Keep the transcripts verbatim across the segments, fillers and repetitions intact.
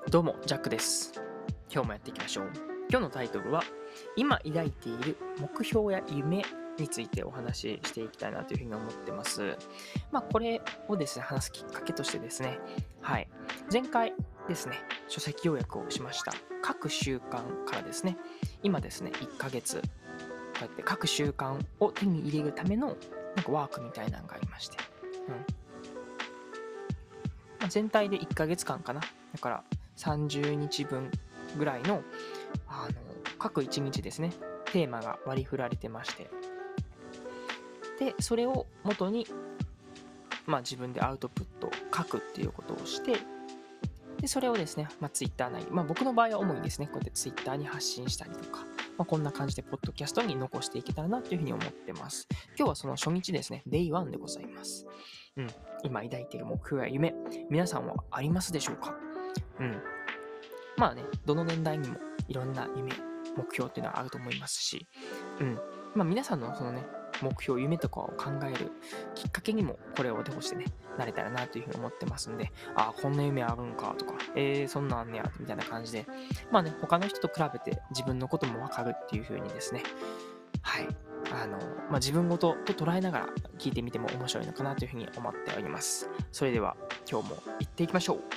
どうも、ジャックです。今日もやっていきましょう。今日のタイトルは、今抱いている目標や夢についてお話ししていきたいなというふうに思ってます。まあ、これをですね、話すきっかけとしてですね、はい。前回ですね、書籍要約をしました。各習慣からですね、今ですね、いっかげつ、こうやって各習慣を手に入れるためのなんかワークみたいなのがありまして、うん。まあ、全体でいっかげつかんかな。だからさんじゅうにちぶんぐらいの、あの各いちにちですね、テーマが割り振られてまして、で、それを元に、まあ、自分でアウトプット、書くっていうことをして、で、それをですね、まあ、Twitter なり、まあ、僕の場合は主にですね、こうやって Twitter に発信したりとか、まあ、こんな感じでポッドキャストに残していけたらなというふうに思ってます。今日はその初日ですね、デイワンでございます。うん。今抱いている目標や夢、皆さんはありますでしょうか？うん。まあね、どの年代にもいろんな夢、目標っていうのはあると思いますし、うん。まあ皆さんのそのね、目標、夢とかを考えるきっかけにもこれを通してね、なれたらなというふうに思ってますんで、ああ、こんな夢あるんかとか、えー、そんなんあんねや、みたいな感じで、まあね、他の人と比べて自分のこともわかるっていうふうにですね、はい。あの、まあ自分ごとと捉えながら聞いてみても面白いのかなというふうに思っております。それでは今日も行っていきましょう。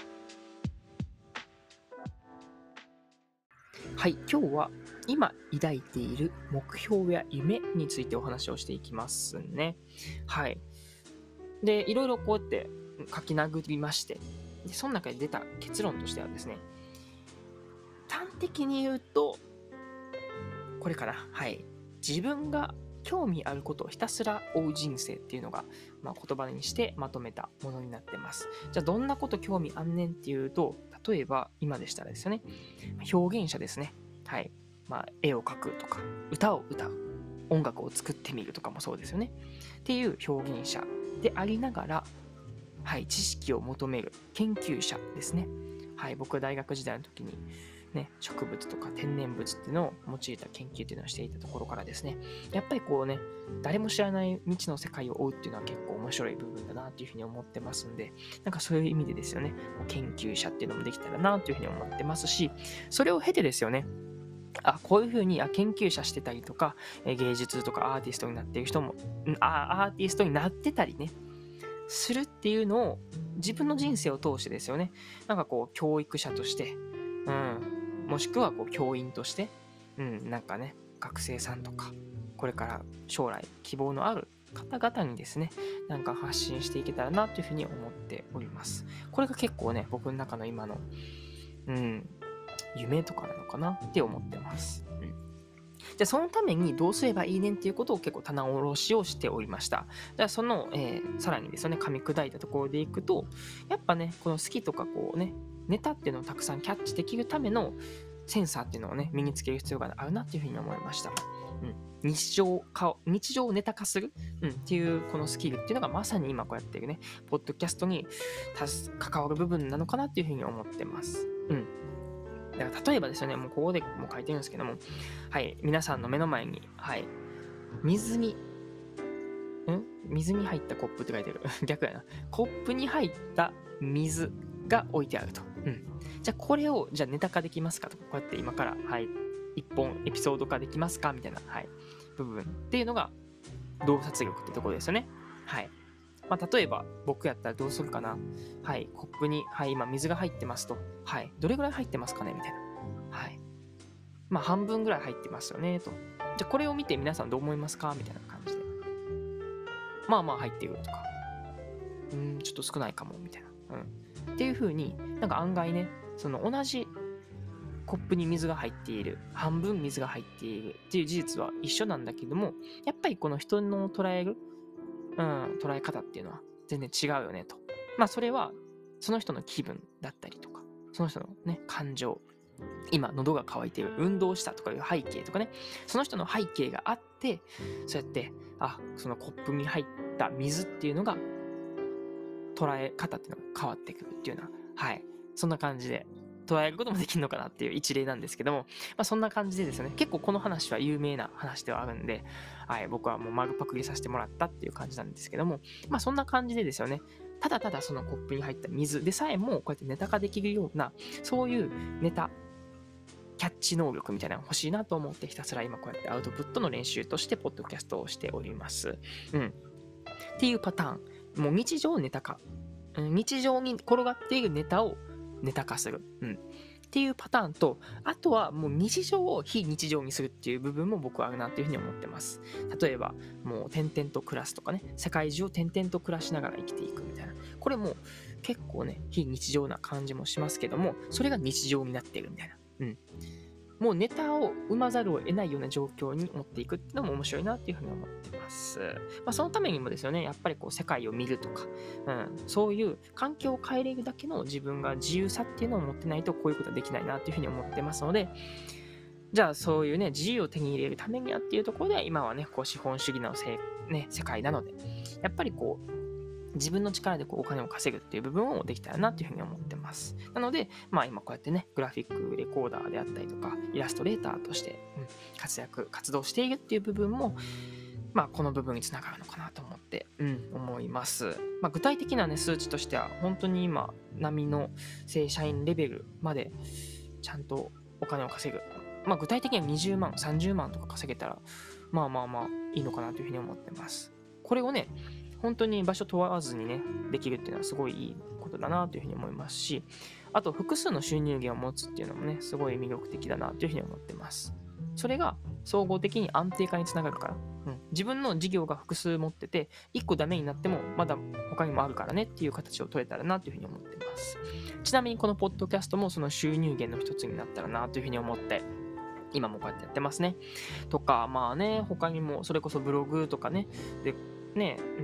はい、今日は今抱いている目標や夢についてお話をしていきますね。はい。で、いろいろこうやって書き殴りまして、でその中で出た結論としてはですね、端的に言うと、これかな。はい。自分が興味あることをひたすら追う人生っていうのが、まあ、言葉にしてまとめたものになってます。じゃあどんなこと興味あんねんっていうと、例えば今でしたらですよね、表現者ですね。はい。まあ、絵を描くとか、歌を歌う、音楽を作ってみるとかもそうですよね。っていう表現者でありながら、はい、知識を求める研究者ですね。はい、僕は大学時代の時に、ね、植物とか天然物っていうのを用いた研究っていうのをしていたところからですね、やっぱりこうね、誰も知らない未知の世界を追うっていうのは結構面白い部分だなっていうふうに思ってますんで、なんかそういう意味でですよね、研究者っていうのもできたらなというふうに思ってますし、それを経てですよね、あ、こういうふうにあ研究者してたりとか、え芸術とかアーティストになっている人も、んあアーティストになってたりね、するっていうのを自分の人生を通してですよね。なんかこう、教育者として、うん、もしくはこう、教員として、うん、なんかね、学生さんとか、これから将来希望のある方々にですね、なんか発信していけたらなというふうに思っております。これが結構ね、僕の中の今の、うん、夢とかなのかなって思ってます。うん。じゃあそのためにどうすればいいねんっていうことを結構棚卸しをしておりました。じゃあその、えーさらにですよね、噛み砕いたところでいくと、やっぱね、この好きとかこうね、ネタっていうのをたくさんキャッチできるためのセンサーっていうのをね、身につける必要があるなっていうふうに思いました。うん、日常化を、日常をネタ化する、うん、っていうこのスキルっていうのがまさに今こうやってるね、ポッドキャストに関わる部分なのかなっていうふうに思ってます。うん。だから例えばですよね、もうここでも書いてるんですけども、はい、皆さんの目の前に、はい、水に、ん水に入ったコップって書いてる。逆やな。コップに入った水が置いてあると。うん。じゃあこれを、じゃあネタ化できますかと。こうやって今から、はい、一本エピソード化できますかみたいな、はい、部分っていうのが洞察力ってところですよね。はい。まあ、例えば僕やったらどうするかな。はい、コップに、はい、今水が入ってますと。はい、どれぐらい入ってますかねみたいな。はい。まあ、半分ぐらい入ってますよねと。じゃあこれを見て皆さんどう思いますかみたいな感じで。まあまあ入ってるとか。うーん、ちょっと少ないかも、みたいな。うん。っていう風に、なんか案外ね、その同じコップに水が入っている、半分水が入っているっていう事実は一緒なんだけども、やっぱりこの人の捉える、うん、捉え方っていうのは全然違うよねと。まあそれは、その人の気分だったりとか、その人のね、感情、今喉が渇いている、運動したとかいう背景とかね、その人の背景があって、そうやって、あ、そのコップに入った水っていうのが、捉え方っていうのが変わってくるっていうような、はい、そんな感じで捉えることもできるのかなっていう一例なんですけども、まあ、そんな感じでですね、結構この話は有名な話ではあるんで、はい、僕はもう丸パクリさせてもらったっていう感じなんですけども、まあそんな感じでですよね、ただただそのコップに入った水でさえもこうやってネタ化できるような、そういうネタ、キャッチ能力みたいなのが欲しいなと思って、ひたすら今こうやってアウトプットの練習としてポッドキャストをしております。うん。っていうパターン。もう日常ネタ化。日常に転がっているネタをネタ化する。うん。っていうパターンと、あとはもう日常を非日常にするっていう部分も僕はあるなっていうふうに思ってます。例えば、もう転々と暮らすとかね、世界中を転々と暮らしながら生きていくみたいな。これも結構ね、非日常な感じもしますけども、それが日常になっているみたいな。うん。もうネタを生まざるを得ないような状況に持っていくっていうのも面白いなっていうふうに思ってます。まあ、そのためにもですよね、やっぱりこう世界を見るとか、うん、そういう環境を変えれるだけの自分が自由さっていうのを持ってないとこういうことはできないなっていうふうに思ってますので、じゃあそういうね、自由を手に入れるためにはっていうところでは今はね、こう資本主義のせい、ね、世界なので、やっぱりこう、自分の力でこうお金を稼ぐっていう部分をできたらなっていうふうに思ってます。なので、まあ今こうやってね、グラフィックレコーダーであったりとか、イラストレーターとして、うん、活躍、活動しているっていう部分も、まあこの部分につながるのかなと思って、うん、思います。まあ具体的なね、数値としては、本当に今、並の正社員レベルまでちゃんとお金を稼ぐ。まあ具体的にはにじゅうまん、さんじゅうまんとか稼げたら、まあまあまあいいのかなというふうに思ってます。これをね、本当に場所問わずにね、できるっていうのはすごいいいことだなというふうに思いますし、あと複数の収入源を持つっていうのもね、すごい魅力的だなというふうに思ってます。それが総合的に安定化につながるから、うん、自分の事業が複数持ってて、いっこダメになってもまだ他にもあるからねっていう形を取れたらなというふうに思ってます。ちなみにこのポッドキャストもその収入源の一つになったらなというふうに思って、今もこうやってやってますね。とか、まあね、他にもそれこそブログとかね、で、ね、うん、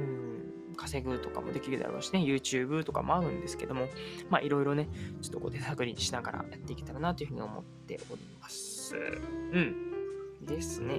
稼ぐとかもできるだろうしね、YouTube とかもあるんですけども、まあいろいろね、ちょっとこう手探りしながらやっていけたらなというふうに思っております。うん。ですね。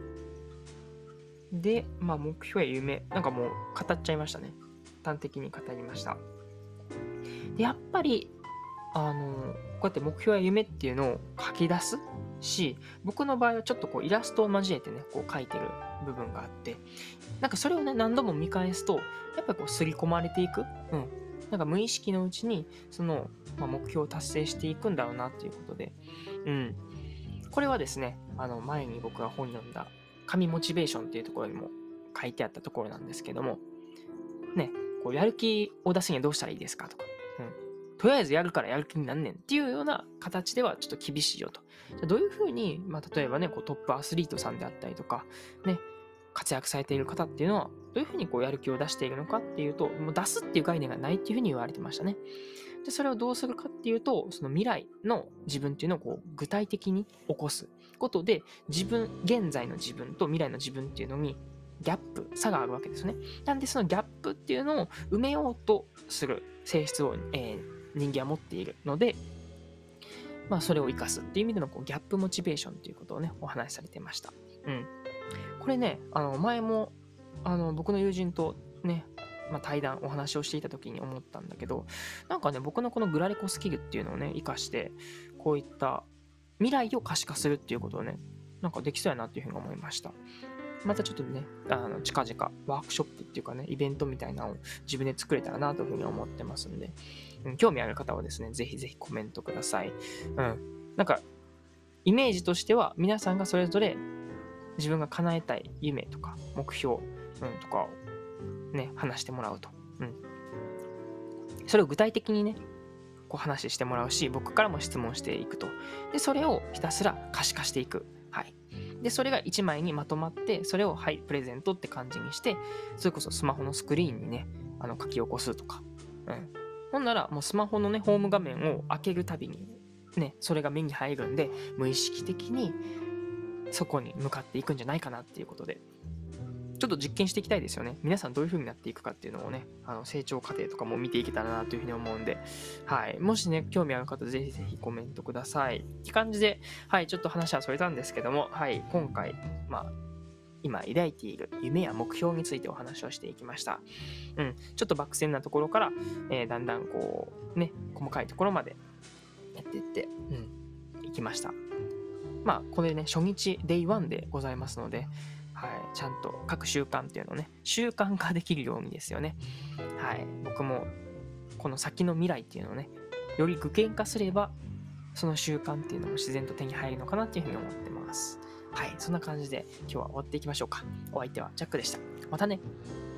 で、まあ目標や夢、なんかもう語っちゃいましたね。端的に語りました。で、やっぱり、あの、こうやって目標や夢っていうのを書き出すし、僕の場合はちょっとこうイラストを交えてね、こう書いてる部分があって、なんかそれをね、何度も見返すと、やっぱりこう刷り込まれていく。うん。なんか無意識のうちに、その、まあ、目標を達成していくんだろうなっていうことで、うん。これはですね、あの、前に僕が本読んだ、神モチベーションっていうところにも書いてあったところなんですけども、ね、こうやる気を出すにはどうしたらいいですかとか、うん。とりあえずやるからやる気になんねんっていうような形ではちょっと厳しいよと。じゃあどういうふうに、まあ、例えばね、こうトップアスリートさんであったりとか、ね、活躍されている方っていうのは、どういうふうにこうやる気を出しているのかっていうと、もう出すっていう概念がないっていうふうに言われてましたね。で、それをどうするかっていうと、その未来の自分っていうのをこう具体的に起こすことで、自分、現在の自分と未来の自分っていうのにギャップ、差があるわけですね。なんでそのギャップっていうのを埋めようとする性質を、えー、人間は持っているので、まあそれを活かすっていう意味でのこうギャップモチベーションっていうことをね、お話しされてました。うん。これね、あの前もあの僕の友人とね、まあ、対談、お話をしていた時に思ったんだけど、なんかね、僕のこのグラレコスキルっていうのをね、活かして、こういった未来を可視化するっていうことをね、なんかできそうやなっていうふうに思いました。またちょっとね、あの近々ワークショップっていうかね、イベントみたいなのを自分で作れたらなというふうに思ってますんで、うん、興味ある方はですね、ぜひぜひコメントください。うん。なんか、イメージとしては、皆さんがそれぞれ自分が叶えたい夢とか目標、うん、とかをね、話してもらうと。うん。それを具体的にね、こう話してもらうし、僕からも質問していくと。で、それをひたすら可視化していく。はい。で、それがいちまいにまとまって、それを、はい、プレゼントって感じにして、それこそスマホのスクリーンにね、あの書き起こすとか。うん。ほんなら、もうスマホのね、ホーム画面を開けるたびに、ね、それが目に入るんで、無意識的にそこに向かっていくんじゃないかなっていうことで、ちょっと実験していきたいですよね。皆さんどういう風になっていくかっていうのをね、あの成長過程とかも見ていけたらなというふうに思うんで、はい。もしね、興味ある方、ぜひぜひコメントください。って感じで、はい、ちょっと話はそれたんですけども、はい、今回、まあ、今抱いている夢や目標についてお話をしていきました。うん、ちょっと漠然なところから、えー、だんだんこう、ね、細かいところまで、 やってって、うん、行きました。まあ、これね、初日、デイワンでございますので、はい、ちゃんと各習慣っていうのをね、習慣化できるようにですよね。はい、僕もこの先の未来っていうのをね、より具現化すれば、その習慣っていうのも自然と手に入るのかなっていうふうに思ってます。はい、そんな感じで今日は終わっていきましょうか。お相手はジャックでした。またね。